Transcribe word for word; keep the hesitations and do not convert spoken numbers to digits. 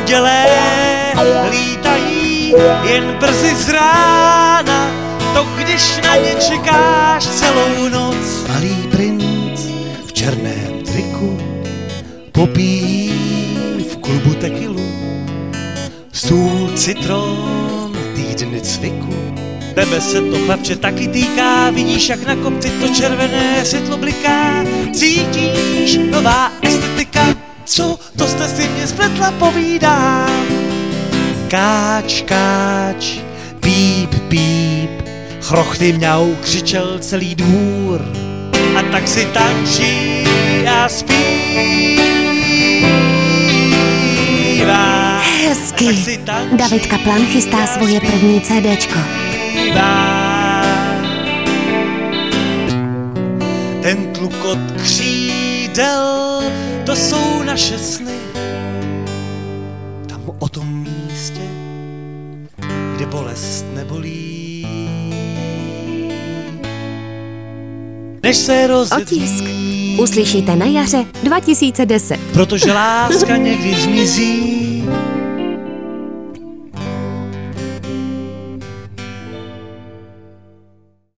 Andělé lítají jen brzy z rána, to když na ně čekáš celou noc. Malý princ v černém triku popíjí v klubu tekilu, sůl, citron, týdny cviku. Tebe se to, chlapče, taky týká, vidíš, jak na kopci to červené světlo bliká, cítíš nová estetika, co to jste si mě spletla, povídám. Káč, káč, píp, píp, chrochty mňau, křičel celý dvůr, a tak si tančí a zpívá. Hezky. David Kaplan chystá svoje první CDčko. Ten tlukot křídel, to jsou naše sny. Tam o tom místě, kde bolest nebolí. Než se rozjetí. Otisk uslyšíte na jaře dva tisíce deset. Protože láska někdy zmizí.